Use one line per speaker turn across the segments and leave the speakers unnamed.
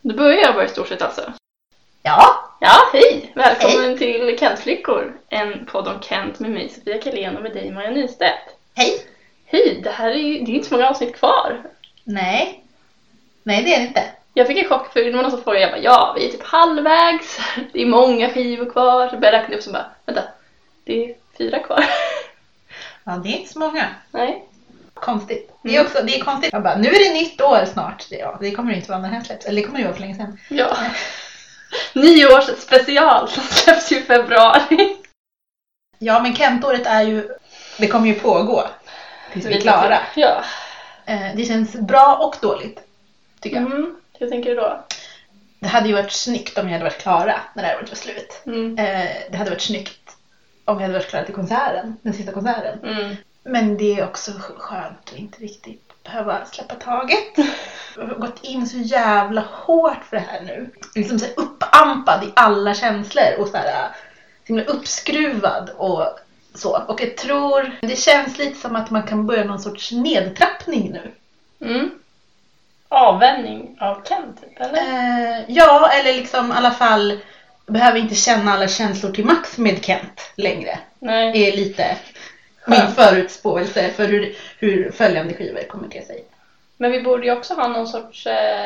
Du börjar bara i stort sett alltså.
Ja.
Ja, hej! Välkommen till Kentflickor. En podd om Kent med mig, Sofia Kalén, och med dig, Maja Nystedt.
Hej.
Hej, det är inte så många avsnitt kvar.
Nej, det är det inte.
Jag fick en chock för någon som frågade, jag bara, ja, vi är typ halvvägs. Det är många skivor kvar. Så började jag räkna upp och bara, vänta, det är 4 kvar.
Ja, det är inte så många.
Nej.
Konstigt. Det är konstigt. Jag bara, nu är det nytt år snart. Ja, det kommer inte vara när den här släpps. Eller det kommer ju vara för länge sedan.
Ja. Nyårsspecial som släpps i februari.
Ja, men Kentåret är ju... Det kommer ju pågå tills vi är klara.
Ja.
Det känns bra och dåligt, tycker jag.
Hur tänker du då?
Det hade ju varit snyggt om jag hade varit klara när det här året var slut. Det hade varit snyggt om jag hade varit klara till konserten, den sista konserten. Men det är också skönt att inte riktigt behöva släppa taget. Jag har gått in så jävla hårt för det här nu. Liksom så uppampad i alla känslor och så här uppskruvad och så. Och jag tror det känns lite som att man kan börja någon sorts nedtrappning nu.
Avvänjning av Kent, typ, eller?
Ja, eller liksom i alla fall behöver inte känna alla känslor till max med Kent längre.
Nej.
Är lite min förutspåelse för hur följande skivor kommer till sig.
Men vi borde ju också ha någon sorts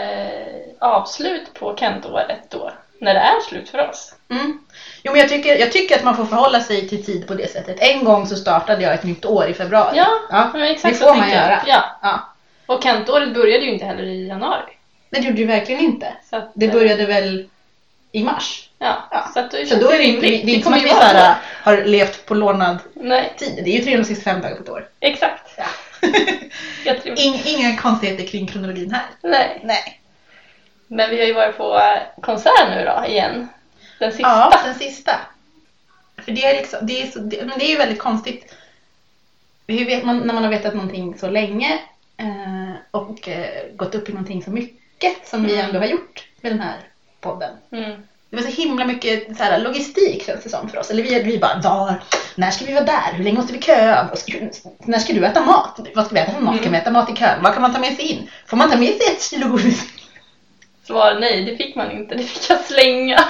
avslut på Kent-året då, när det är slut för oss.
Jo, men jag tycker att man får förhålla sig till tid på det sättet. En gång så startade jag ett nytt år i februari.
Ja, men exakt.
Det får man göra.
Ja. Och Kent-året började ju inte heller i januari.
Det gjorde ju verkligen inte.
Så att,
det började väl i mars.
Ja. Så då
är det inte som att vi har levt på lånad tid. Det är ju 365 dagar på ett år.
Exakt.
Ja.
Jag tror...
Inga konstigheter kring kronologin här. Nej.
Men vi har ju varit på konsert nu då, igen. Den sista.
Ja, den sista. För det är liksom, men det är ju väldigt konstigt. Hur vet man, när man har vetat någonting så länge och gått upp i någonting så mycket som vi ändå har gjort med den här podden. Det var så himla mycket så här, logistik känns det som för oss. Eller vi bara, när ska vi vara där? Hur länge måste vi köa? När ska du äta mat? Vad ska vi äta för mat? Kan vi äta mat i kön? Vad kan man ta med sig in? Får man ta med sig 1 kilo godis?
Svar nej, det fick man inte. Det fick jag slänga.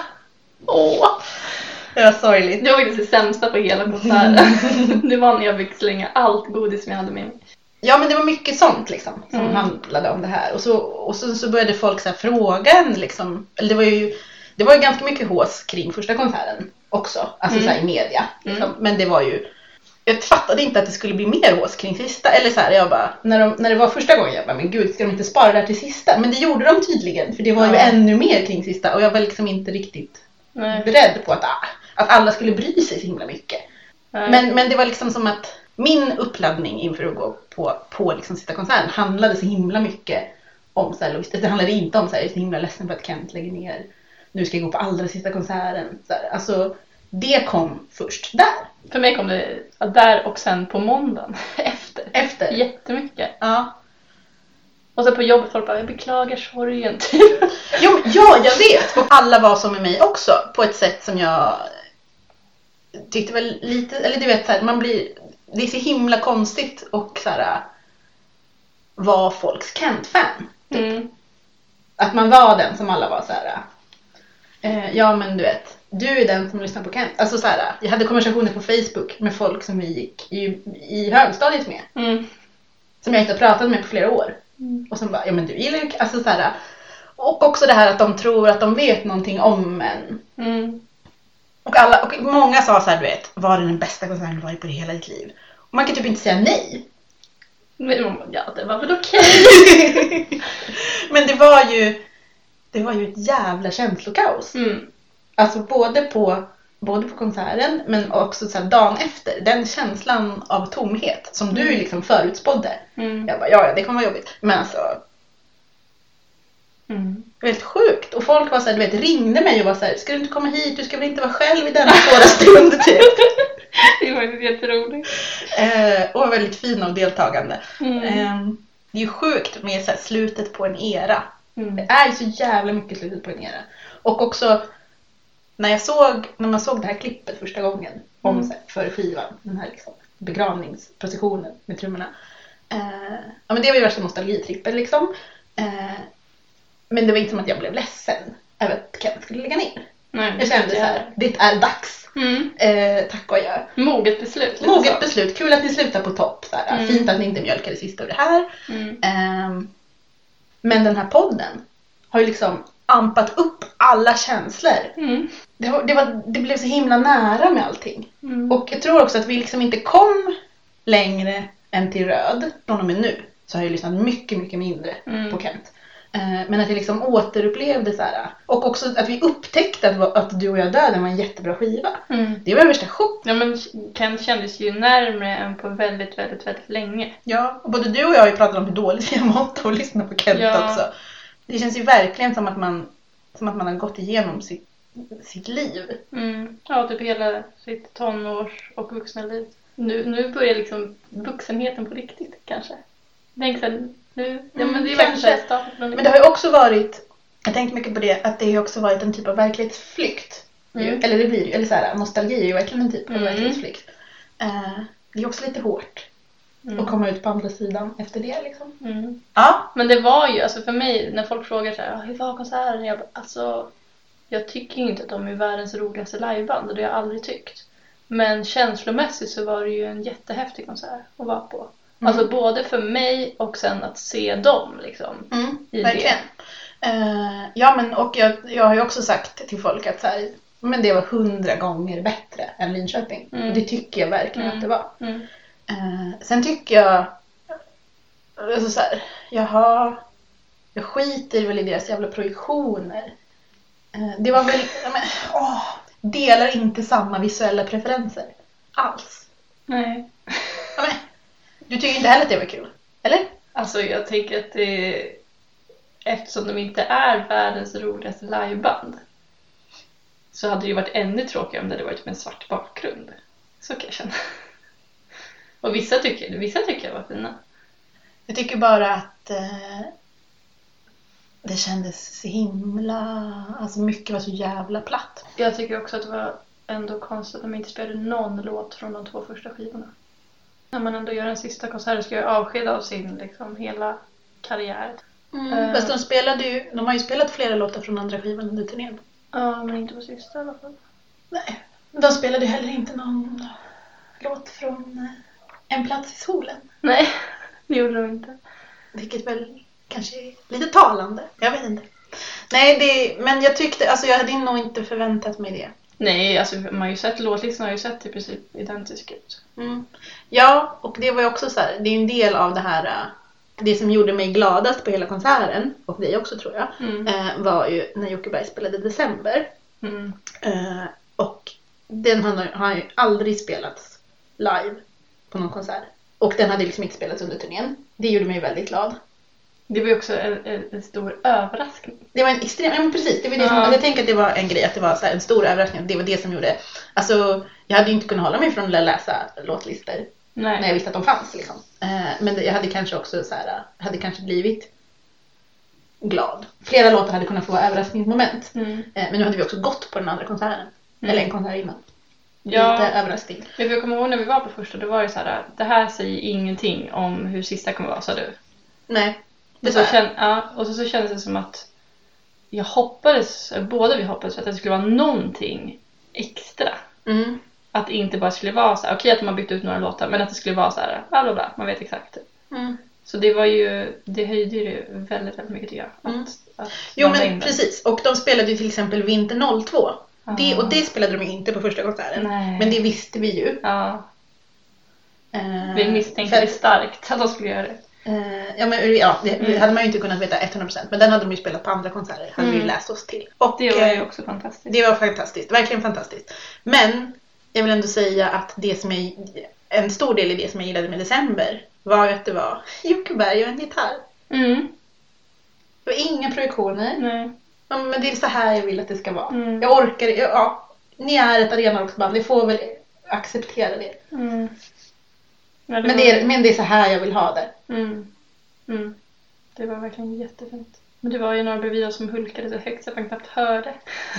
Det var sorgligt.
Det var faktiskt det sämsta på hela konserten. Det var när jag fick slänga allt godis som jag hade med mig. Ja, men det var mycket sånt liksom som handlade om det här. Och så började folk så här fråga en liksom. Eller det var ju ganska mycket hås kring första konserten också. Alltså så här i media. Liksom. Men det var ju... Jag fattade inte att det skulle bli mer hås kring sista. Eller så här, jag bara... När det var första gången, jag bara, men gud, ska de inte spara det här till sista? Men det gjorde de tydligen. För det var ju ännu mer kring sista. Och jag var liksom inte riktigt beredd på att alla skulle bry sig så himla mycket. Men det var liksom som att min uppladdning inför att gå på liksom sista konserten handlade så himla mycket om så här, det handlade inte om så här, jag är så himla ledsen för att Kent lägger ner. Nu ska jag gå på allra sista konserten. Så här, alltså, det kom först där. För mig kom det där och sen på måndagen efter. Jättemycket. Ja. Och så på jobbet folk bara, jag beklagar sorgen typ. Jo, ja, jag vet. Och alla var som med mig också. På ett sätt som jag tyckte väl lite, eller du vet så här, det är så himla konstigt och så här var folks Kent-fan. Typ. Att man var den som alla var så här. Ja, men du vet, du är den som lyssnar på Kent. Alltså så här, jag hade konversationer på Facebook med folk som vi gick i högstadiet med. Som jag inte har pratat med på flera år. Och som bara, ja men du gillar ju, alltså så här. Och också det här att de tror att de vet någonting om en. Och många sa så här, du vet, var det den bästa konserten du varit på hela ditt liv? Och man kan typ inte säga nej. Men, ja, det var väl okej. Men det var ju ett jävla känslokaos. Alltså både på konserten men också så här dagen efter. Den känslan av tomhet som du liksom förutspådde. Jag bara, ja, det kommer vara jobbigt. Men alltså... Det var helt sjukt. Och folk var så här, du vet, ringde mig och var så här, ska du inte komma hit? Du ska väl inte vara själv i denna svåra stund typ. Det var ju jätteroligt. Och väldigt fina och deltagande. Det är ju sjukt med så här, slutet på en era. Det är ju så jävla mycket slutet på en era. Och också när man såg det här klippet första gången om så här, för skivan, den här liksom, begravningsprocessionen med trummorna. Ja, men det var ju värsta nostalgitrippen liksom.
Men det var inte som att jag blev ledsen över att Kent skulle lägga ner.
Nej,
jag kände så här, det är dags. Tack och jag.
Moget beslut.
Moget beslut. Kul att ni slutar på topp. Så här. Fint att ni inte mjölkade sista av det här. Men den här podden har ju liksom ampat upp alla känslor. Det blev så himla nära med allting. Och jag tror också att vi liksom inte kom längre än till röd. Från och med nu så har jag lyssnat mycket, mycket mindre på Kent. Men att jag liksom återupplevde så här. Och också att vi upptäckte att Du och jag döden var en jättebra skiva. Det var värsta chock.
Ja, men Kent kändes ju närmare än på väldigt, väldigt, väldigt länge.
Ja, och både du och jag har ju pratat om hur dåligt vi har mått och lyssna på Kent också. Det känns ju verkligen som att man har gått igenom sitt liv.
Ja, typ hela sitt tonårs- och vuxna liv. Nu börjar liksom vuxenheten på riktigt, kanske. Tänk sen, nu, men det är kanske. Men det har ju också varit, jag tänkte mycket på det, att det har också varit en typ av verklighetsflykt. Eller det blir ju, eller så här, nostalgi är ju verkligen en typ av verklighetsflykt. Det är också lite hårt att komma ut på andra sidan efter det liksom. Ja, men det var ju, alltså för mig, när folk frågar så här, hur var konserten? Jag tycker ju inte att de är världens roligaste liveband, och det har jag aldrig tyckt. Men känslomässigt så var det ju en jättehäftig konsert att vara på. Alltså både för mig och sen att se dem liksom.
Verkligen. Ja, men och jag har ju också sagt till folk att så här, men det var 100 gånger bättre än Linköping. Och det tycker jag verkligen att det var. Sen tycker jag alltså så här, jag skiter väl i deras jävla projektioner. Det var väl delar inte samma visuella preferenser alls.
Nej.
Ja, men, du tycker inte heller att det var kul, eller?
Alltså jag tänker att eftersom de inte är världens roligaste liveband, så hade det ju varit ännu tråkigare om det hade varit med en svart bakgrund. Så kan jag känna. Och vissa tycker jag var fina. Jag tycker bara att det kändes så himla, alltså mycket var så jävla platt. Jag tycker också att det var ändå konstigt att de inte spelade någon låt från de 2 första skivorna. När man ändå gör en sista konsert ska jag avskeda av sin liksom hela karriär. Fast de har ju spelat flera låtar från andra skivan under turnén. Ja, men inte på sista i alla fall. Nej, de spelade ju heller inte någon låt från En plats i solen. Nej, det gjorde de inte. Vilket väl kanske är lite talande, jag vet inte. Nej, men jag tyckte, alltså jag hade nog inte förväntat mig det. Nej, alltså man har ju sett låtlistan, har ju sett i princip identiskt ut. Ja, och det var ju också så här, det är en del av det här, det som gjorde mig gladast på hela konserten, och det också tror jag, var ju när Jocke Berg spelade December. Och den har ju aldrig spelats live på någon konsert. Och den hade liksom inte spelats under turnén. Det gjorde mig väldigt glad. Det var ju också en stor överraskning. Det var en extrem, ja men precis. Det var det som, jag tänker att det var en grej, att det var så här en stor överraskning. Det var det som gjorde, alltså jag hade ju inte kunnat hålla mig från att läsa låtlistor. Nej. När jag visste att de fanns liksom. Men jag hade kanske också så här, hade kanske blivit glad. Flera låtar hade kunnat få överraskningsmoment. Men nu hade vi också gått på den andra konserten. Eller en konsert innan. Ja, lite överraskning. Jag kommer ihåg när vi var på första, då var det så här, det här säger ingenting om hur sista kommer vara, sa du. Nej. Och så kändes det som att jag hoppades, båda vi hoppades att det skulle vara någonting extra. Att det inte bara skulle vara så här, okej att man bytt ut några låtar, men att det skulle vara så här, bla bla bla, man vet exakt. Så det var ju, det höjde ju väldigt, väldigt mycket tycker jag. Att jo men precis, och de spelade ju till exempel Vinter 02. Det spelade de inte på första konserten. Nej. Men det visste vi ju. Ja. Vi misstänkte det starkt att de skulle göra det. Det hade man ju inte kunnat veta 100%. Men den hade de ju spelat på andra konserter. Hade vi ju läst oss till. Och det var ju också fantastiskt. Det var fantastiskt, verkligen fantastiskt. Men jag vill ändå säga att en stor del i det som jag gillade med December var att det var Jocke Berg och en gitarr. Det var inga projektioner. Nej. Men det är så här jag vill att det ska vara. Jag orkar, ni är ett arenarocksband, ni får väl acceptera det. Ja, men det är så här jag vill ha det. Det var verkligen jättefint. Men det var ju några bredvid oss som hulkade så högt så att man knappt hörde.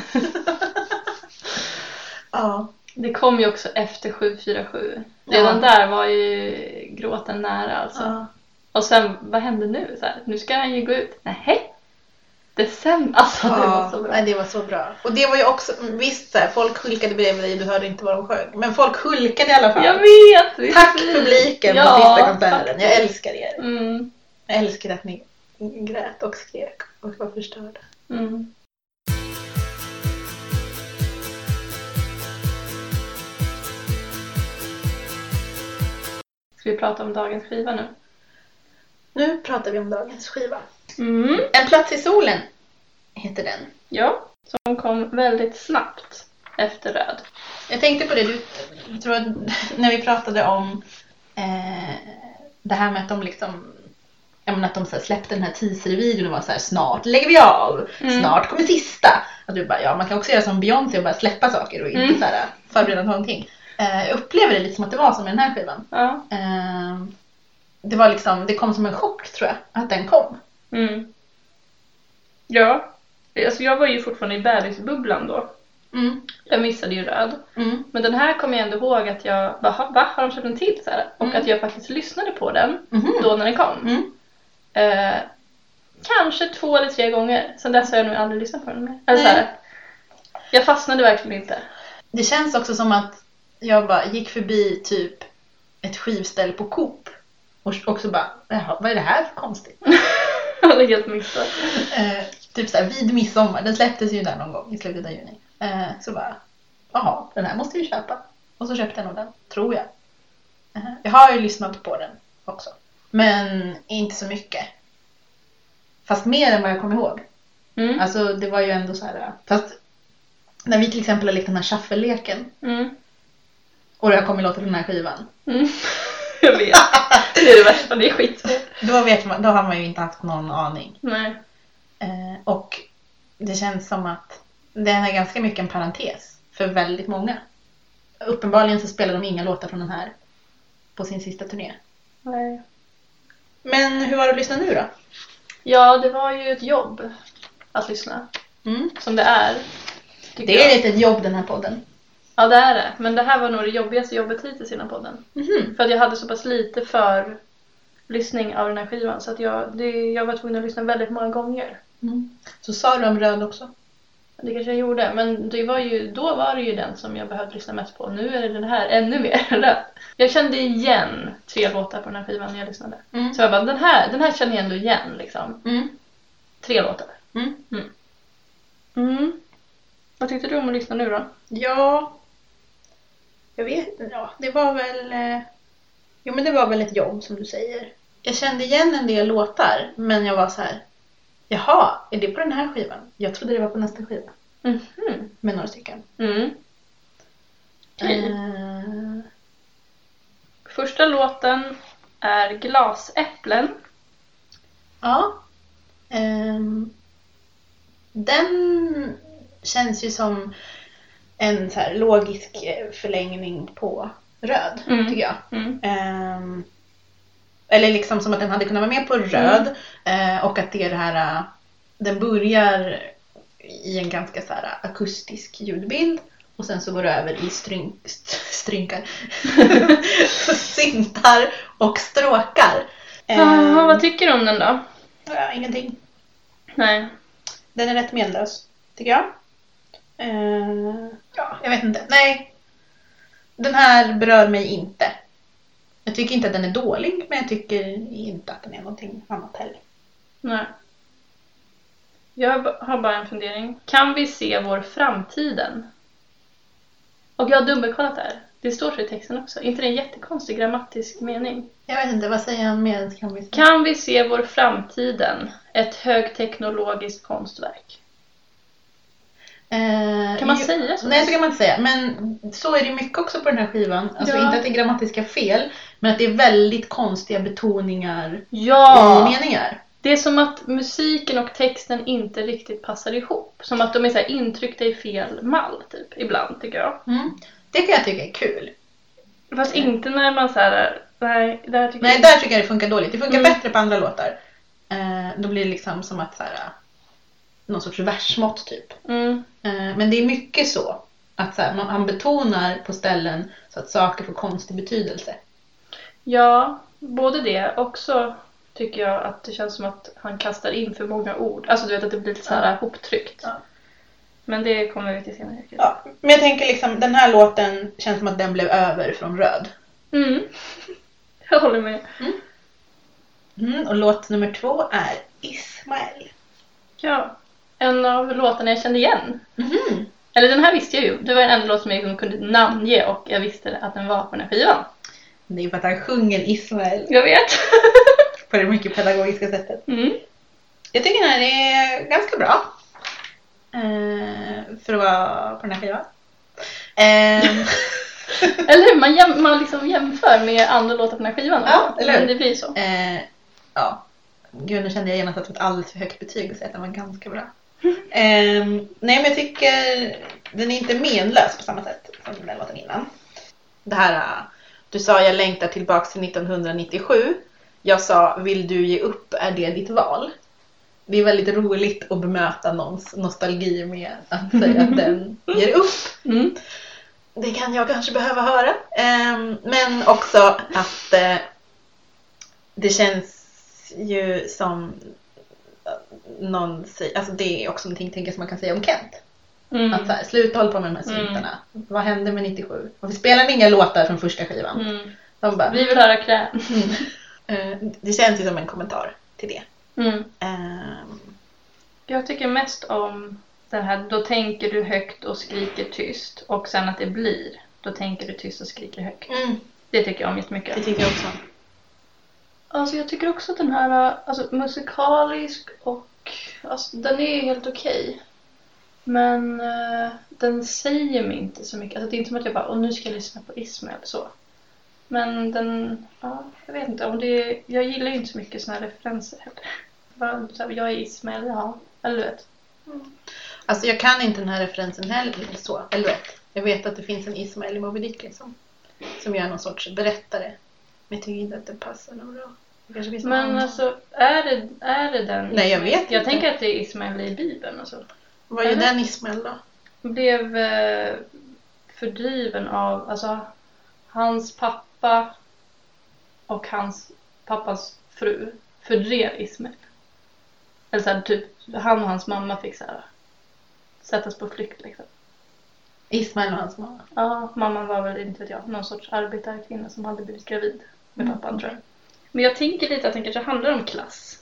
Ja. Det kom ju också efter 747. Redan där var ju gråten nära alltså. Ja. Och sen, vad hände nu? Så här, nu ska han ju gå ut. Nej. december. Alltså det var så bra.
Nej, det var så bra. Och det var ju också, visst så här, folk hulkade bredvid dig, du hörde inte vad de sjöng. Men folk hulkade i alla fall.
Jag vet!
Tack publiken på sista konserten. Jag älskar er. Jag älskar att ni grät och skrek och var förstörda.
Ska vi prata om dagens skiva nu?
Nu pratar vi om dagens skiva. En plats i solen heter den.
Ja, som kom väldigt snabbt efter Röd.
Jag tänkte på det, jag tror att när vi pratade om det här med att de liksom, att de så här släppte den här teaser-videon och var så här, snart lägger vi av, snart kommer sista. Att du bara, man kan också göra som Beyoncé och bara släppa saker och inte så här förbereda någonting. Jag upplever det lite som att det var som med den här skivan.
Ja.
Det var liksom, det kom som en chock tror jag, att den kom.
Ja, alltså jag var ju fortfarande i bebisbubblan då. Jag missade ju Röd. Men den här kommer jag ändå ihåg att jag bara, va? Har de köpt en till? Så här? Och att jag faktiskt lyssnade på den då när den kom. Kanske 2 eller 3 gånger. Sen dess har jag nog aldrig lyssnat på den mer. Alltså, så här, jag fastnade verkligen inte.
Det känns också som att jag bara gick förbi typ ett skivställ på Coop. Och också bara, vad är det här för konstigt?
Det är helt missat.
Typ såhär vid midsommar. Den släpptes ju där någon gång i slutet av juni. Så bara, jaha, den här måste vi köpa. Och så köpte jag nog den, tror jag. Jag har ju lyssnat på den också. Men inte så mycket. Fast mer än vad jag kommer ihåg. Alltså det var ju ändå så här. Fast när vi till exempel har lekt den här shuffle-leken. Och det har kommit låta den här skivan.
Jag vet. Det är det värsta, det är skit.
Då har man ju inte haft någon aning.
Nej.
Och det känns som att den är ganska mycket en parentes för väldigt många. Uppenbarligen så spelar de inga låtar från den här på sin sista turné.
Nej.
Men hur var det att lyssna nu då?
Ja, det var ju ett jobb att lyssna. Som det är.
Det är lite ett jobb den här podden.
Ja, det är det. Men det här var nog det jobbigaste jobbet hittills i den här podden. För att jag hade så pass lite för lyssning av den här skivan. Så att jag var tvungen att lyssna väldigt många gånger.
Så sa du om Röd också?
Det kanske jag gjorde. Men då var det ju den som jag behövde lyssna mest på. Nu är det den här ännu mer Röd. Jag kände igen 3 låtar på den här skivan när jag lyssnade. Så jag bara, den här känner jag ändå igen liksom. 3 låtar. Vad tyckte du om att lyssna nu då?
Ja, jag vet inte. Ja, det var väl... Jo, men det var väl ett jobb som du säger. Jag kände igen en del låtar, men jag var så här... Jaha, är det på den här skivan? Jag trodde det var på nästa skiva. Med några stycken.
Första låten är Glasäpplen.
Ja. Den känns ju som en så här logisk förlängning på Röd, tycker jag. Eller liksom som att den hade kunnat vara med på Röd. Och att det är det här... Den börjar i en ganska så här akustisk ljudbild. Och sen så går det över i strynkar. Syntar och stråkar.
Vad tycker du om den då?
Ja, ingenting.
Nej.
Den är rätt medlös, tycker jag. Ja, jag vet inte. Nej. Den här berör mig inte. Jag tycker inte att den är dålig, men jag tycker inte att den är någonting annat heller.
Nej. Jag har bara en fundering. Kan vi se vår framtiden? Och jag har dubbelkollat där. Det står så i texten också. Inte det en jättekonstig grammatisk mening?
Jag vet inte, vad säger han med kan vi se?
Kan vi se vår framtiden? Ett högteknologiskt konstverk. Kan man säga så?
Nej, så kan man inte säga. Men så är det mycket också på den här skivan. Alltså inte att det är grammatiska fel, men att det är väldigt konstiga betoningar i meningar.
Det är som att musiken och texten inte riktigt passar ihop. Som att de är så här intryckta i fel mall typ, ibland tycker jag.
Det kan jag tycka är kul.
Fast inte när man så här...
där tycker jag det funkar dåligt. Det funkar bättre på andra låtar. Då blir det liksom som att så här, någon sorts versmått typ. Men det är mycket så att så här, han betonar på ställen så att saker får konstig betydelse.
Ja, både det också tycker jag att det känns som att han kastar in för många ord. Alltså du vet att det blir lite så här hoptryckt. Ja. Men det kommer vi till senare.
Ja, men jag tänker liksom, den här låten känns som att den blev över från Röd.
Jag håller med.
Och låt nummer 2 är Ismael.
Ja, en av låtarna jag kände igen. Eller den här visste jag ju. Det var den enda låt som jag kunde namnge och jag visste att den var på den här skivan.
Det är för att han sjunger Ismael.
Jag vet.
På det mycket pedagogiska sättet. Jag tycker den här är ganska bra. För att vara på den här skivan.
Eller hur? Man liksom jämför med andra låtar på den här skivan.
Ja, eller hur?
Men det blir så.
Ja. Gud, nu kände jag genast att det var ett alldeles för högt betyg och säga att den var ganska bra. Nej, men jag tycker den är inte menlös på samma sätt som den låten innan. Det här, du sa jag längtar tillbaka till 1997. Jag sa, vill du ge upp, är det ditt val? Det är väldigt roligt att bemöta någons nostalgi med att säga att den ger upp. Det kan jag kanske behöva höra. Men också att det känns ju som någon säger, alltså det är också någonting som man kan säga om Kent. Att så här, sluta hålla på med de här syntarna. Vad hände med 97? Och vi spelar inga låtar från första skivan. De bara,
vi vill höra kräm.
Det känns ju som en kommentar till det.
Jag tycker mest om den här, då tänker du högt och skriker tyst. Och sen att det blir, då tänker du tyst och skriker högt. Det tycker jag om jättemycket.
Det tycker jag också.
Alltså jag tycker också att den här, alltså musikalisk och alltså, den är helt okej. Men den säger mig inte så mycket. Alltså det är inte som att jag bara, och nu ska jag lyssna på Ismael så. Men den, ja, jag vet inte om det, jag gillar ju inte så mycket såna här referenser heller. Bara så här, jag är Ismael, ja, eller du vet.
Alltså jag kan inte den här referensen heller så, eller vet. Jag vet att det finns en Ismael i Moby Dick liksom. Som gör någon sorts berättare. Men jag tycker inte att det passar någon bra.
Men alltså, är det den?
Nej, jag vet inte.
Jag tänker att det är Ismael i Bibeln. Alltså.
Vad är den Ismael då?
Blev fördriven av, alltså hans pappa och hans pappas fru fördrev Ismael. Eller så här, typ, han och hans mamma fick så här, sättas på flykt liksom.
Ismael och hans mamma?
Ja, mamman var väl, inte vet jag, någon sorts arbetarkvinna som hade blivit gravid med pappan tror jag. Men jag tänker lite att det kanske handlar om klass.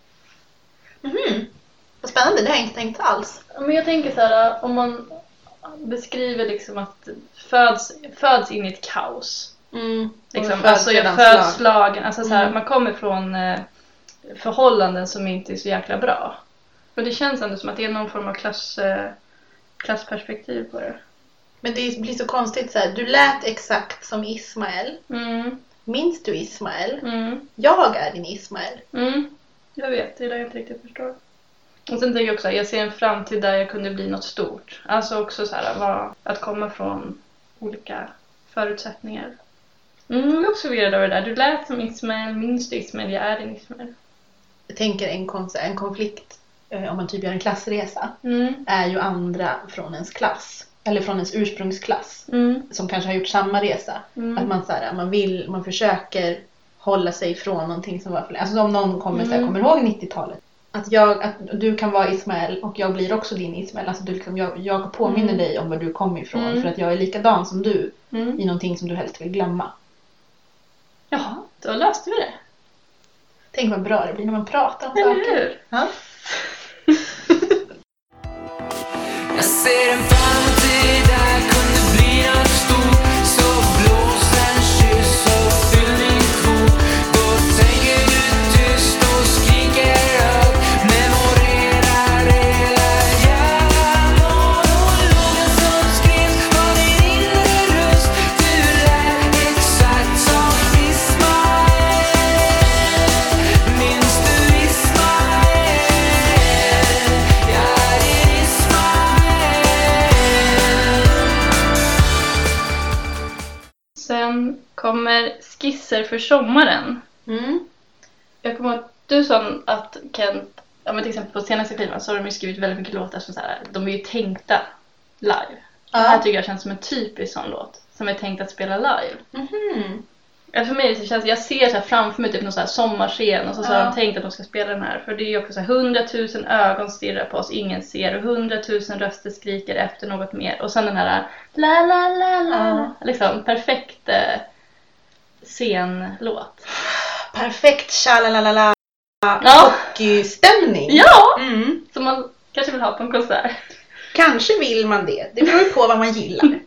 Vad spännande, det har jag inte tänkt alls.
Men jag tänker så här, om man beskriver liksom att föds in i ett kaos. Liksom, alltså jag föds slagen. Alltså så här, man kommer från förhållanden som inte är så jäkla bra. Och det känns ändå som att det är någon form av klassperspektiv på det.
Men det blir så konstigt så här, du lät exakt som Ismael. Minns du Ismael? Jag är din Ismael.
Jag vet, det är det jag inte riktigt förstår. Och sen tänker jag också, jag ser en framtid där jag kunde bli något stort. Alltså också så här, att komma från olika förutsättningar. Jag är också förvirrad över det där. Du lät som Ismael, minns du Ismael, jag är din Ismael.
Jag tänker en konflikt, om man typ gör en klassresa, är ju andra från ens klass. Eller från ens ursprungsklass. Som kanske har gjort samma resa. Att man, så här, man försöker hålla sig från någonting som var för. Alltså om någon kommer, så här, kommer ihåg 90-talet. Att du kan vara Ismael och jag blir också din Ismael. Alltså du, liksom, jag påminner dig om var du kommer ifrån. För att jag är likadan som du i någonting som du helst vill glömma.
Jaha, då löste vi det.
Tänk vad bra det blir när man pratar om
eller
saker.
Hur?
Ja?
Jag ser en framtid där kunde bli något stort. Så blås en kyss och fyll din kvot. Då tänker du tyst och skriker upp. Memorerar hela hjärnan. Och låten som skrevs var din inre röst. Du lät exakt som Ismael. Minns du Ismael? Jag är din Ismael.
Sen kommer skisser för sommaren. Jag kommer ihåg att du sa att Kent, ja men till exempel på senaste skivan så har de ju skrivit väldigt mycket låtar som så här, de är ju tänkta live. Det här tycker jag känns som en typisk sån låt som är tänkt att spela live. För mig så känns jag ser så här framför mig typ någon så här sommarscen och så har de tänkt att de ska spela den här. För det är ju också så här 100 000 ögon stirrar på oss, ingen ser. Och 100 000 röster skriker efter något mer. Och sen den här la la la la. Liksom perfekt scenlåt.
Perfekt tja-la-la-la-la. Hockeystämning.
Ja, som man kanske vill ha på en konsert.
Kanske vill man det. Det beror på vad man gillar.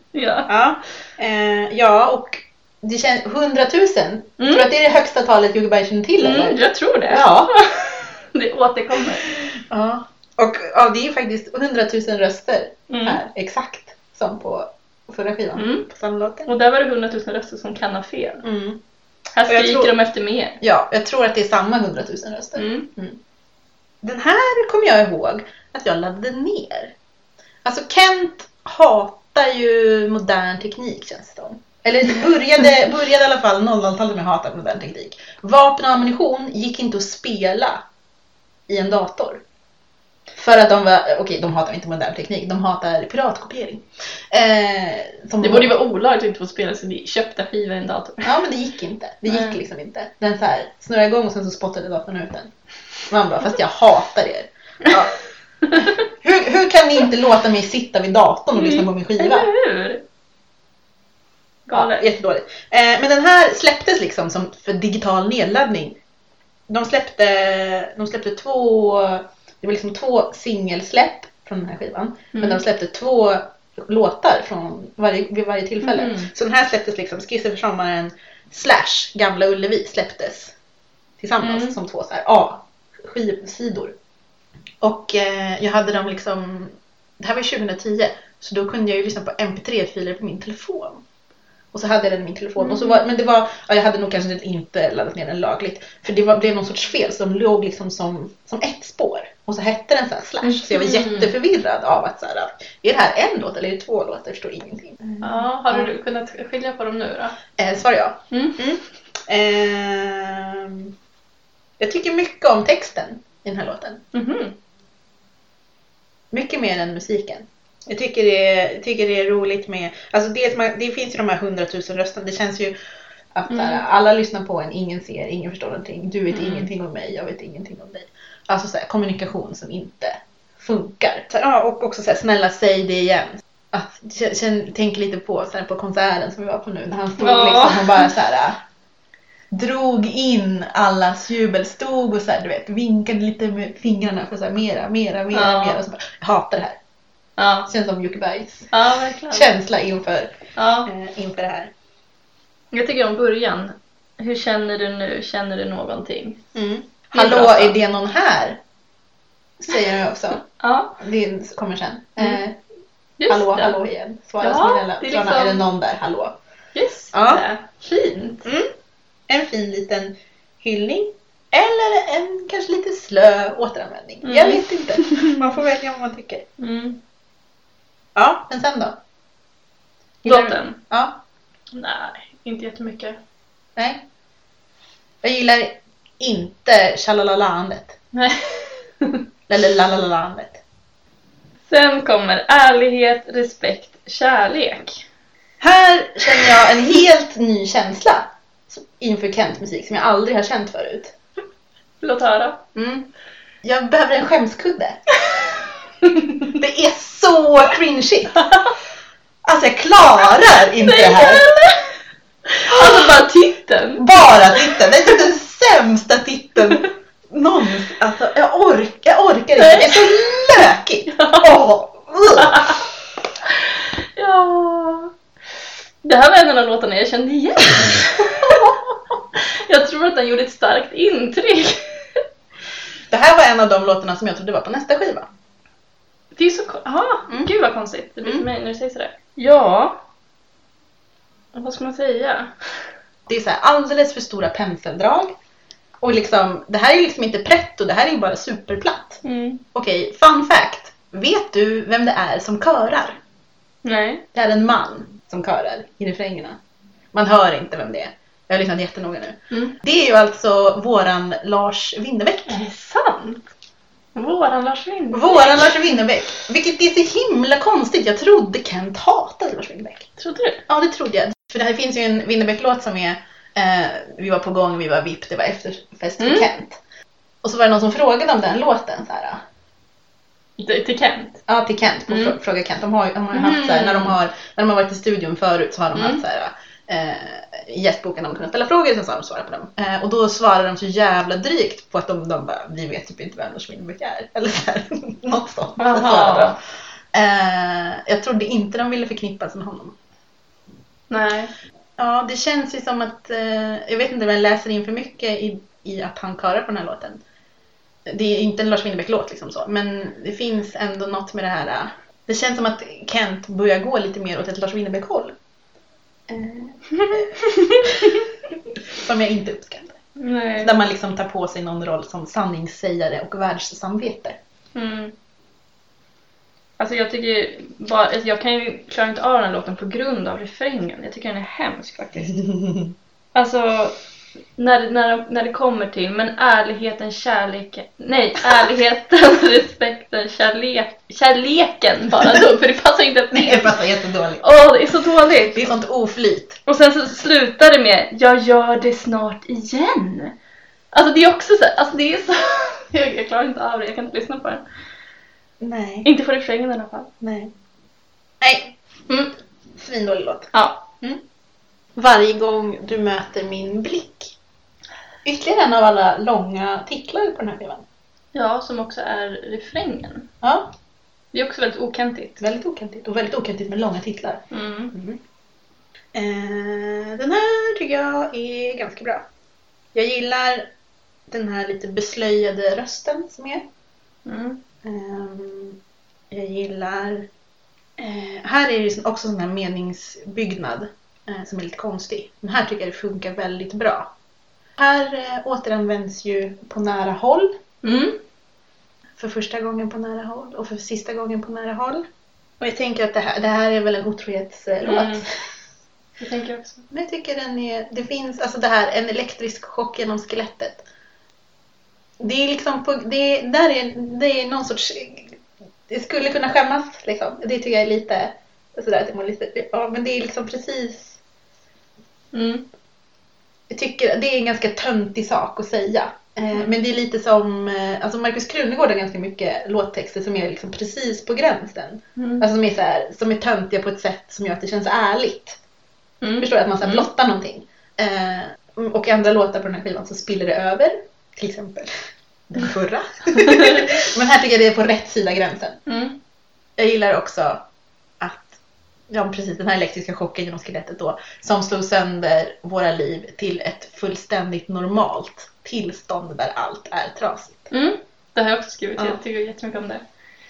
Ja, och det känns 100 000. Tror du att det är det högsta talet Jockeberg känner till? Eller?
Jag tror det.
Ja.
Det återkommer.
Ja. Och det är ju faktiskt 100 000 röster här. Exakt som på förra skivan. På samma låten.
Och där var det 100 000 röster som kan ha fel. Här skriker de efter mer.
Ja, jag tror att det är samma 100 000 röster. Den här kommer jag ihåg att jag laddade ner. Alltså Kent hatar ju modern teknik, känns det som. Eller det började i alla fall 00-talet med hata modern teknik. Vapen och ammunition gick inte att spela i en dator. För att de hatar inte modern teknik, de hatar piratkopiering.
Det borde ju vara olagligt att inte få spela sig köpta skivor i en dator.
Ja, men det gick inte. Det gick liksom inte. Den så här snurrade igång och sen så spottade datorn ut den. Man bara, fast jag hatar er. Ja. Hur kan ni inte låta mig sitta vid datorn och lyssna på min skiva?
Eller hur? Galet.
Ja, jättedåligt. Men den här släpptes liksom som för digital nedladdning. De släppte två... Det var liksom 2 singelsläpp från den här skivan. Men de släppte 2 låtar vid varje tillfälle. Så den här släpptes liksom Skisser för sommaren / Gamla Ullevi släpptes tillsammans som 2 så här skivsidor. Och jag hade dem liksom... Det här var 2010. Så då kunde jag ju lyssna på MP3-filer på min telefon. Och så hade jag den i min telefon. Och så men det var... Ja, jag hade nog kanske inte laddat ner den lagligt. För det blev någon sorts fel. Så de låg liksom som ett spår. Och så hette den så här /. Så jag var jätteförvirrad av att så här, är det här en låt eller är det 2 låtar? Jag förstår ingenting.
Ja, har du kunnat skilja på dem nu då?
Svar ja. Jag tycker mycket om texten i den här låten. Mycket mer än musiken. Jag tycker det är roligt med... Alltså det finns ju de här 100 000 rösterna. Det känns ju att alla lyssnar på en. Ingen ser, ingen förstår någonting. Du vet ingenting om mig, jag vet ingenting om dig. Alltså så här, kommunikation som inte funkar. Så här, och också så här, snälla säg det igen. Tänk lite på konserten som vi var på nu. När han stod liksom och bara så här... drog in allas jubel, stod och så här, du vet, vinkade lite med fingrarna för så här, mera och så bara, jag hatar det här. Känns som Jockebergs känsla inför det här.
Jag tycker om början. Hur känner du nu? Känner du någonting?
Hallå, är det någon här? Säger jag också. Det kommer sen. Hallå igen. Svara snälla. Liksom... Är det någon där? Hallå.
Just det. Fint.
En fin liten hyllning. Eller en kanske lite slö återanvändning. Jag vet inte. Man får välja vad man tycker. Ja, men sen då?
Låten?
Ja.
Nej, inte jättemycket.
Nej. Jag gillar inte tjalalalandet.
Nej.
Eller lalalalandet.
Sen kommer ärlighet, respekt, kärlek.
Här känner jag en helt ny känsla inför Kent-musik som jag aldrig har känt förut.
Låt höra.
Jag behöver en skämskudde. Det är så cringy. Alltså jag klarar inte det här.
Alltså bara titeln.
Bara titeln. Det är typ den sämsta titeln någonsin. Alltså jag orkar inte. Det är så lökigt.
Ja. Det här var en av de låtarna jag kände igen. Jag tror att den gjorde ett starkt intryck.
Det här var en av de låtarna som jag trodde var på nästa skiva.
Det är så... Gud vad konstigt. Det blir för mig när du säger sådär. Ja. Vad ska man säga?
Det är så här alldeles för stora penseldrag. Och liksom, det här är liksom inte pretto. Det här är ju bara superplatt. Okej, fun fact. Vet du vem det är som körar?
Nej.
Det är en man som körar i refrängerna. Man hör inte vem det är. Jag har lyssnat jättenoga nu. Det är ju alltså våran Lars Winnerbäck.
Är det sant? Våran Lars
Winnerbäck. Vilket är så himla konstigt. Jag trodde Kent hatade Lars Winnerbäck.
Trodde du?
Ja, det trodde jag. För det här finns ju en Winnerbäck-låt som är Vi var på gång, vi var VIP, det var efterfest för Kent. Och så var det någon som frågade om den låten så här.
Till Kent?
Ja, till Kent, på Fråga Kent. De har haft så här, när de har varit i studion förut så har de haft så här gästboken, de kunde ställa frågor och så har de svarat på dem. Och då svarade de så jävla drygt på att de bara, vi vet typ inte vem Lars Winnerbäck är. Eller så här, något sånt. Jag trodde inte de ville förknippas med honom.
Nej.
Ja, det känns ju som att, jag vet inte om jag läser in för mycket i att han körar på den här låten. Det är inte en Lars Winnerbäck-låt liksom så, men det finns ändå något med det här. Det känns som att Kent börjar gå lite mer åt ett Lars Winnerbäck-håll. Som jag inte uppskattar.
Nej.
Där man liksom tar på sig någon roll som sanningssägare och världssamvete.
Alltså jag tycker bara, jag kan ju klara inte av den här låten på grund av refrängen. Jag tycker den är hemsk faktiskt. Alltså när det kommer till, men ärligheten, kärleken, respekten, kärleken bara då, för det passar inte.
Nej, det passar jättedåligt.
Det är så dåligt.
Det är sånt oflyt.
Och sen så slutar det med, jag gör det snart igen. Alltså det är också så, alltså det är så, jag klarar inte av det, jag kan inte lyssna på den.
Nej.
Inte på refrängen i alla fall.
Nej. Svindålig låt.
Ja.
Varje gång du möter min blick. Ytterligare en av alla långa titlar på den här skivan.
Ja, som också är refrängen.
Ja.
Det är också väldigt okantigt.
Väldigt okantigt. Och väldigt okantigt med långa titlar. Den här tycker jag är ganska bra. Jag gillar den här lite beslöjade rösten som är. Jag gillar... här är det också sån här meningsbyggnad som är lite konstig. Men här tycker jag det funkar väldigt bra. Här återanvänds ju på nära håll. För första gången på nära håll och för sista gången på nära håll. Och jag tänker att det här är väl en otrohetslåt.
Jag tänker också.
Men jag tycker det finns alltså det här, en elektrisk chock genom skelettet. Det är liksom det är någon sorts, det skulle kunna skämmas liksom. Det tycker jag är lite sådär, det var lite, ja, men det är liksom precis. Jag tycker det är en ganska töntig sak att säga. Men det är lite som, alltså Markus Krunegård har ganska mycket låttexter som är liksom precis på gränsen. Alltså som är så här, som är töntiga på ett sätt som gör att det känns ärligt. Förstår du, att man så här blottar någonting. Och i andra låtar på den här skivan så spiller det över, till exempel den förra. Men här tycker jag det är på rätt sida gränsen. Jag gillar också att, ja precis, den här elektriska chocken genom skelettet då, som slog sönder våra liv till ett fullständigt normalt tillstånd där allt är trasigt.
Det har jag också skrivit. Jag tycker jättemycket om det.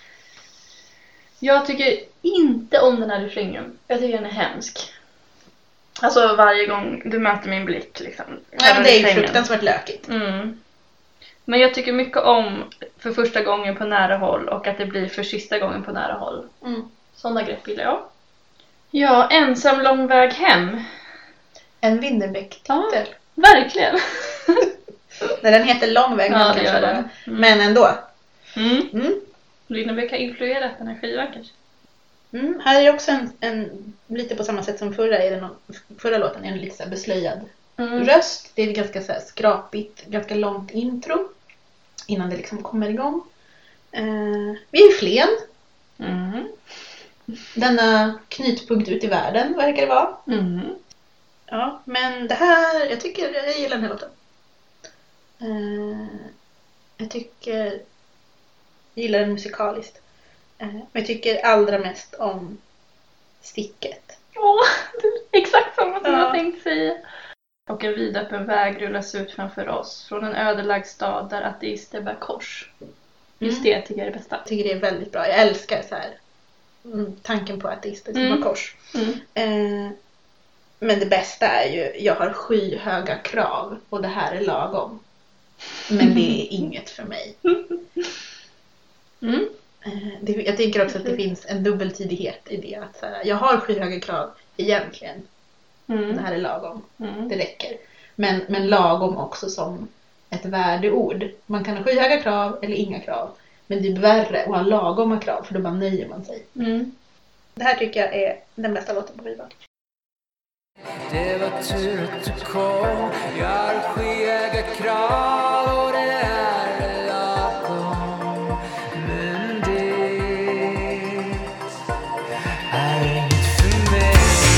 Jag tycker inte om den här refrängen. Jag tycker den är hemsk. Alltså varje gång du möter min blick liksom.
Ja, men det är ju fruktansvärt lökigt.
Men jag tycker mycket om för första gången på nära håll och att det blir för sista gången på nära håll. Sådana grepp gillar jag. Ja, ensam lång väg hem.
En Winnerbäck-titel.
Ja, verkligen.
När den heter Lång väg hem kanske bara. Men ändå.
Winnerbäck har influerat den här skivan kanske.
Här är också en lite på samma sätt som förra låten, en lite så här beslöjad röst. Det är ganska så här skrapigt, ganska långt intro innan det liksom kommer igång. Vi är i Flen. Denna knytpunkt ut i världen verkar det vara. Ja, men det här, jag gillar den här låten. Jag gillar den musikaliskt. Men jag tycker allra mest om sticket.
Det är exakt samma som jag tänkte säga. Och en vidöppen väg rullas ut framför oss från en ödelagd stad där ateister bär kors. Just det tycker jag är det bästa.
Jag tycker det är väldigt bra. Jag älskar så här tanken på ateister som har kors. Men det bästa är ju, jag har skyhöga krav och det här är lagom. Men det är inget för mig. Jag tänker också att det finns en dubbeltydighet i det. Att så här, jag har skyhöga krav egentligen. Det här är lagom. Det räcker. Men lagom också som ett värdeord. Man kan ha skyhöga krav eller inga krav. Men det är värre att ha lagoma krav, för då bara nöjer man sig. Det här tycker jag är den bästa låten på skivan.
Det var tur att du kom. Jag har skyhöga krav och det är lagom. Men det är inget för mig.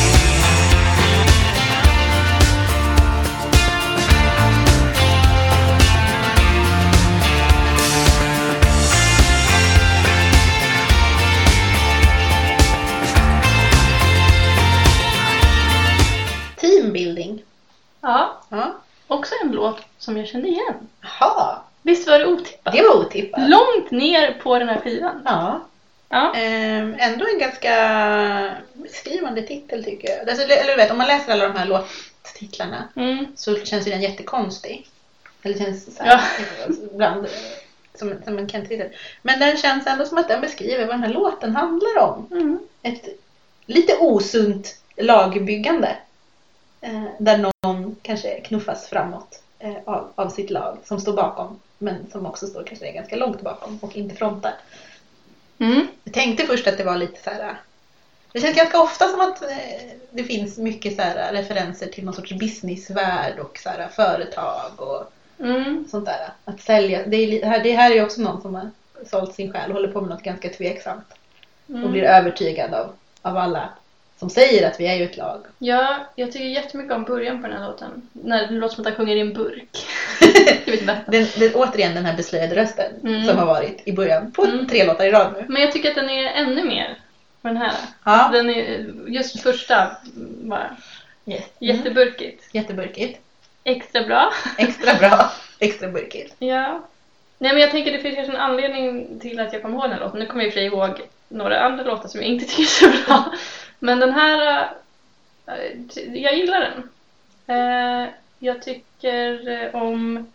Teambuilding.
Ja.
Ja.
Också en låt som jag kände igen.
Jaha.
Visst var det otippat?
Det var otippat.
Långt ner på den här skivan.
Ja.
Ja.
Ändå en ganska beskrivande titel tycker jag. Alltså, eller du vet, om man läser alla de här låttitlarna så känns ju den jättekonstig. Eller känns så här, ibland som en Kent-titel. Men den känns ändå som att den beskriver vad den här låten handlar om. Ett lite osunt lagbyggande. Där någon kanske knuffas framåt av sitt lag som står bakom. Men som också står kanske ganska långt bakom och inte frontar. Jag tänkte först att det var lite så här. Det känns ganska ofta som att det finns mycket så här referenser till någon sorts businessvärld och så här företag och sånt där. Att sälja. Det här är ju också någon som har sålt sin själ och håller på med något ganska tveksamt. Och blir övertygad av alla som säger att vi är ju ett lag.
Ja, jag tycker jättemycket om början på den här låten. När det låter som att han sjunger i en burk.
Återigen den här beslöjade rösten som har varit i början på 3 låtar i rad nu.
Men jag tycker att den är ännu mer på den här.
Ja.
Den är just första bara jätteburkigt.
Jätteburkigt.
Extra bra.
Extra bra. Extra burkigt.
Ja. Nej, men jag tänker det finns en anledning till att jag kommer ihåg den här låten. Nu kommer jag i ihåg några andra låtar som jag inte tycker är så bra. Men den här, jag gillar den. Jag tycker om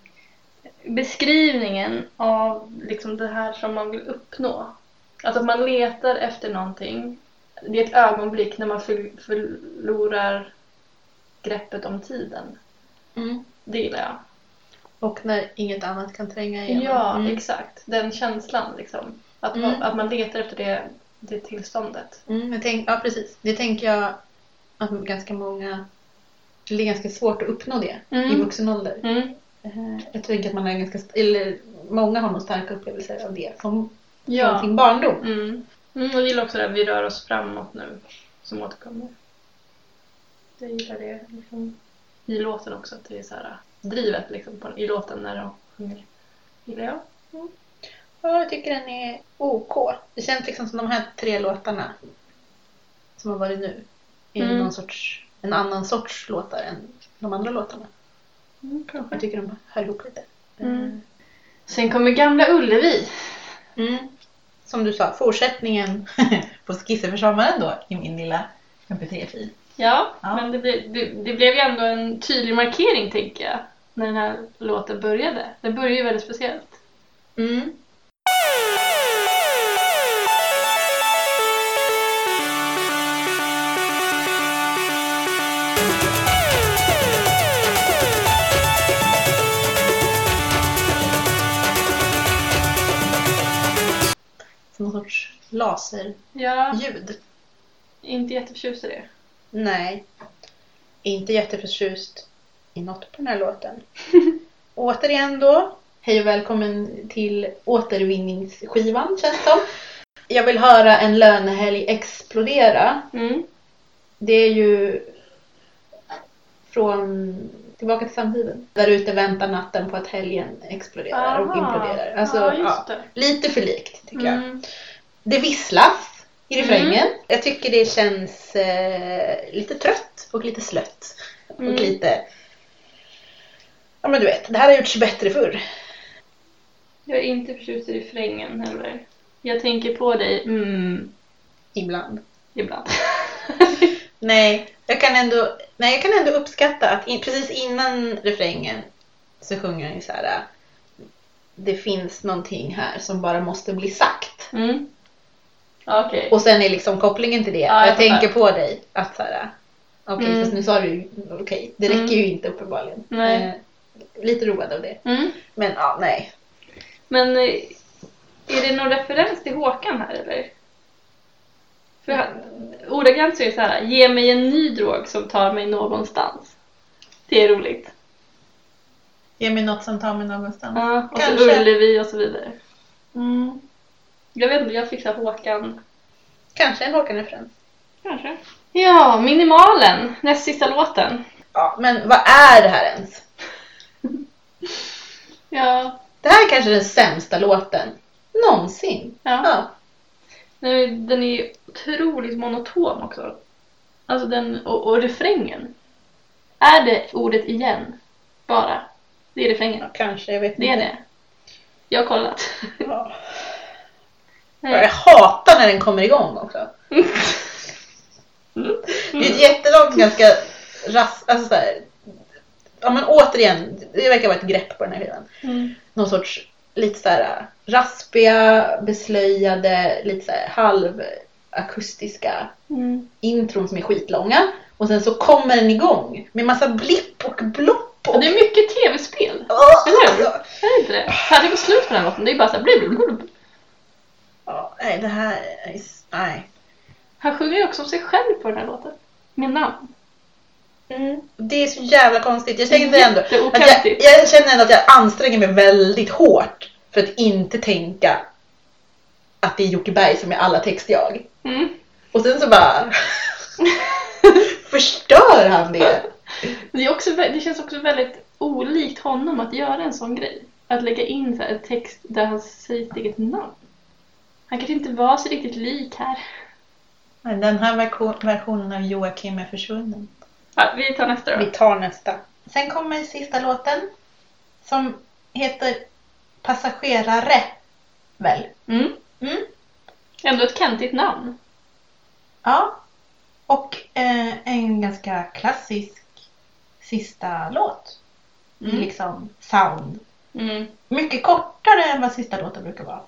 beskrivningen av liksom det här som man vill uppnå. Alltså att man letar efter någonting. Det är ett ögonblick när man förlorar greppet om tiden. Det gillar jag. Och
när inget annat kan tränga igenom.
Ja, exakt. Den känslan liksom. Att man letar efter det tillståndet.
Ja, precis. Det tänker jag att ganska många... Det är ganska svårt att uppnå det i vuxen ålder. Jag tänker att man är eller många har nog starka upplevelser av det från sin barndom.
Jag gillar också att vi rör oss framåt nu som återkommer. Jag gillar det liksom, i låten också. Att det är så här drivet liksom, i låten när de sjunger. Gillar jag.
Ja, jag tycker den är OK. Det känns liksom som de här 3 låtarna som har varit nu är en annan sorts låtar än de andra låtarna. Jag tycker de hör ihop lite.
Sen kommer Gamla Ullevi.
Som du sa, fortsättningen på Skisser för sommaren då i min lilla MP3-fil.
Ja, men det blev ju ändå en tydlig markering tänker jag när den här låten började. Den började ju väldigt speciellt.
Som någon sorts laserljud.
Inte jätteförtjust i det.
Nej. Inte jätteförtjust i något på den här låten. Återigen då. Hej och välkommen till återvinningsskivan känns det som. Jag vill höra en lönehelg explodera. Det är ju från Tillbaka till framtiden. Där ute väntar natten på att helgen exploderar och imploderar. Alltså, lite för likt tycker jag. Det visslas i refrängen. Jag tycker det känns lite trött och lite slött. Och lite... Ja men du vet, det här har gjorts bättre förr.
Jag är inte förtjust i refrängen heller. Jag tänker på dig.
Ibland.
Nej,
jag kan ändå uppskatta att precis innan refrängen så sjunger han ju så här: det finns någonting här som bara måste bli sagt.
Okay.
Och sen är liksom kopplingen till det. Jag tänker på dig att så här, fast nu sa du ju det räcker ju inte uppenbarligen. Lite road av det. Men nej.
Men är det någon referens till Håkan här eller? För ordagrant så är det så här: ge mig en ny drog som tar mig någonstans. Det är roligt.
Ge mig något som tar mig någonstans.
Ja, och kanske. Så Ullevi och så vidare. Jag vet inte, jag fixar Håkan.
Kanske en Håkan-referens.
Kanske. Ja, Minimalen. Näst sista låten.
Ja, men vad är det här ens?
Ja.
Det här är kanske den sämsta låten någonsin.
Ja. Nej, den är otroligt monoton också. Alltså den, och refrängen. Är det ordet igen? Bara. Det är refrängen.
Ja, kanske, jag vet inte.
Det är det. Jag har kollat.
Ja. Jag hatar när den kommer igång också. Det är ett jättelångt, ganska alltså så här, ja men återigen, det verkar vara ett grepp på den här skivan. Någon sorts lite så här raspiga, beslöjade, lite så här halvakustiska intron som är skitlånga. Och sen så kommer den igång med massa blipp och blopp.
Och det är mycket tv-spel. Eller hur? Är inte det? Hade vi slut på den låten? Det är bara så här blub.
Ja, nej, det här är... Nej.
Han sjunger ju också om sig själv på den här låten. Med namn.
Det är så jävla konstigt. Jag känner ändå att jag känner ändå att jag anstränger mig väldigt hårt för att inte tänka att det är Jocke Berg som är alla textjag. Och sen så bara förstör han det.
Det känns också väldigt olikt honom att göra en sån grej. Att lägga in så här en text där han säger sitt eget namn. Han kanske inte var så riktigt lik här.
Men den här versionen av Joakim är försvunnen.
Ja, vi tar nästa då.
Vi tar nästa. Sen kommer sista låten som heter Passagerare. Väl?
Ändå ett kentigt namn.
Ja. Och en ganska klassisk sista låt. Liksom sound. Mycket kortare än vad sista låten brukar vara.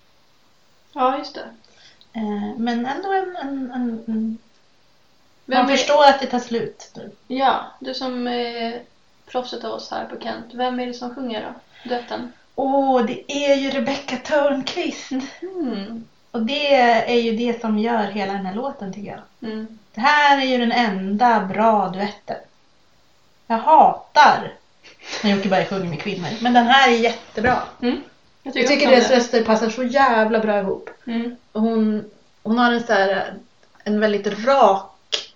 Ja, just det.
Men ändå en man förstår att det tar slut nu.
Ja, du som är proffset av oss här på Kent. Vem är det som sjunger då? Duetten?
Det är ju Rebecca Törnqvist. Och det är ju det som gör hela den här låten, tycker jag. Det här är ju den enda bra duetten. Jag hatar när Jocke Berg sjunger med kvinnor. Men den här är jättebra. Jag tycker deras röster passar så jävla bra ihop. Och hon har en väldigt rak...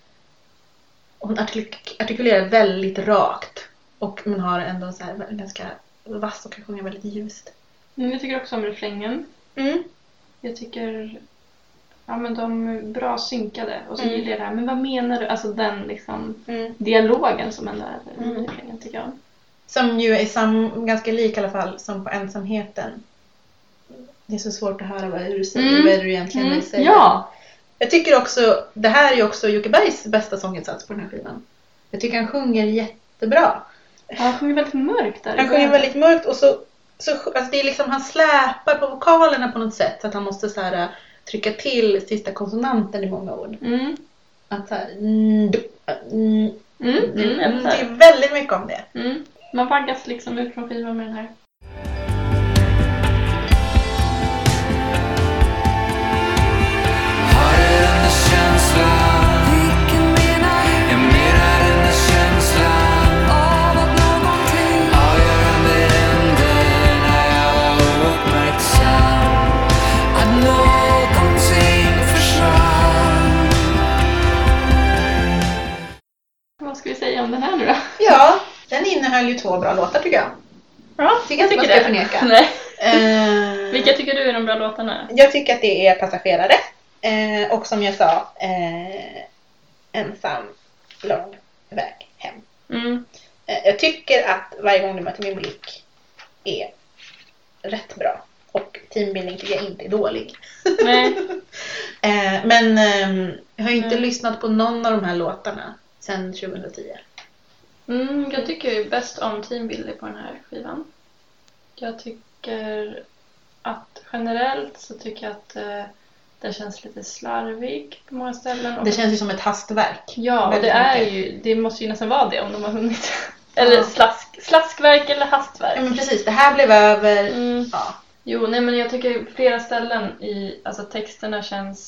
Hon artikulerar väldigt rakt. Och man har ändå så här ganska vass och kan sjunga väldigt ljust.
Jag tycker också om refrängen. Jag tycker... Ja, men de är bra synkade. Och så gillar jag det här. Men vad menar du? Alltså den liksom... dialogen som ändå är i refrängen, tycker jag.
Som ju är ganska lik i alla fall som på Ensamheten. Det är så svårt att höra vad du säger. Vad du egentligen vill säga.
Ja.
Jag tycker också, det här är ju också Jocke Bergs bästa sånginsats på den här skivan. Jag tycker han sjunger jättebra.
Ja, han sjunger väldigt mörkt där.
Han sjunger väldigt mörkt och så alltså det är liksom, han släpar på vokalerna på något sätt. Så att han måste så här trycka till sista konsonanten i många ord. Att så här, det är väldigt mycket om det.
Man vaggas liksom ut från skivan med den här. Vad ska vi säga om den här nu då?
Ja, den innehöll ju 2 bra låtar, tycker jag.
Ja,
jag tycker det. Förneka.
Nej. Vilka tycker du är de bra låtarna?
Jag tycker att det är Passagerare. Och som jag sa, Ensam lång väg hem. Jag tycker att Varje gång du möter min blick är rätt bra. Och teambuilding tycker jag inte är dålig.
Nej.
Men jag har inte lyssnat på någon av de här låtarna sedan 2010.
Jag tycker ju bäst om teambuilding på den här skivan. Jag tycker att generellt så tycker jag att det känns lite slarvig på många ställen.
Det känns ju som ett hastverk.
Ja, och det måste ju nästan vara det om de har hunnit. Eller slaskverk eller hastverk.
Ja, men precis, det här blev över.
Ja. Jo, nej, men jag tycker flera ställen i alltså texterna känns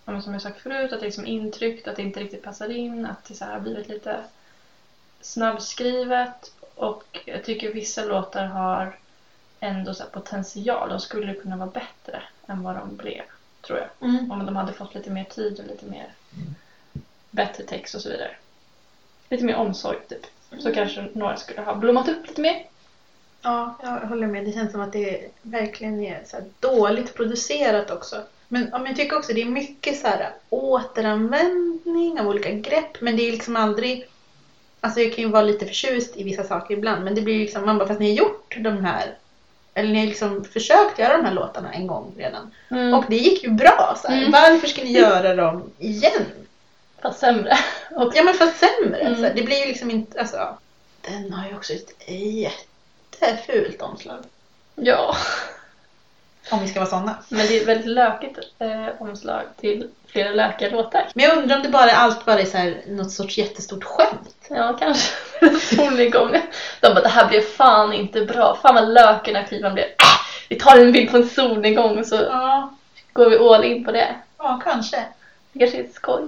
som jag sagt förut, att det är liksom intryckt, att det inte riktigt passar in, att det så här har blivit lite snabbskrivet. Och jag tycker vissa låtar har ändå så här potential. De skulle kunna vara bättre än vad de blev, tror jag. Om de hade fått lite mer tid och lite mer bättre text och så vidare. Lite mer omsorg typ. Så kanske några skulle ha blommat upp lite mer.
Ja, jag håller med. Det känns som att det verkligen är så här dåligt producerat också. Men jag tycker också att det är mycket så här återanvändning av olika grepp. Men det är liksom aldrig... Alltså jag kan ju vara lite förtjust i vissa saker ibland. Men det blir liksom, man bara, fast ni har gjort de här... Eller ni har liksom försökt göra de här låtarna en gång redan. Och det gick ju bra. Så här. Varför ska ni göra dem igen?
Fast sämre.
Ja, men fast sämre. Så här, det blir ju liksom inte... Alltså, den har ju också ett jättefult omslag.
Ja.
Om vi ska vara såna.
Men det är ett väldigt lökigt omslag till flera läkarlåtar.
Men jag undrar om det allt bara är så här, något sorts jättestort skämt.
Ja, kanske. Solnedgång. De bara, det här blev fan inte bra. Fan vad löken när skivan blev. Vi tar en bild på en solnedgång och så går vi all in på det.
Ja, kanske.
Det kanske är skoj.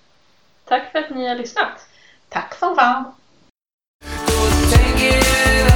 Tack för att ni har lyssnat.
Tack som fan.
Då tänker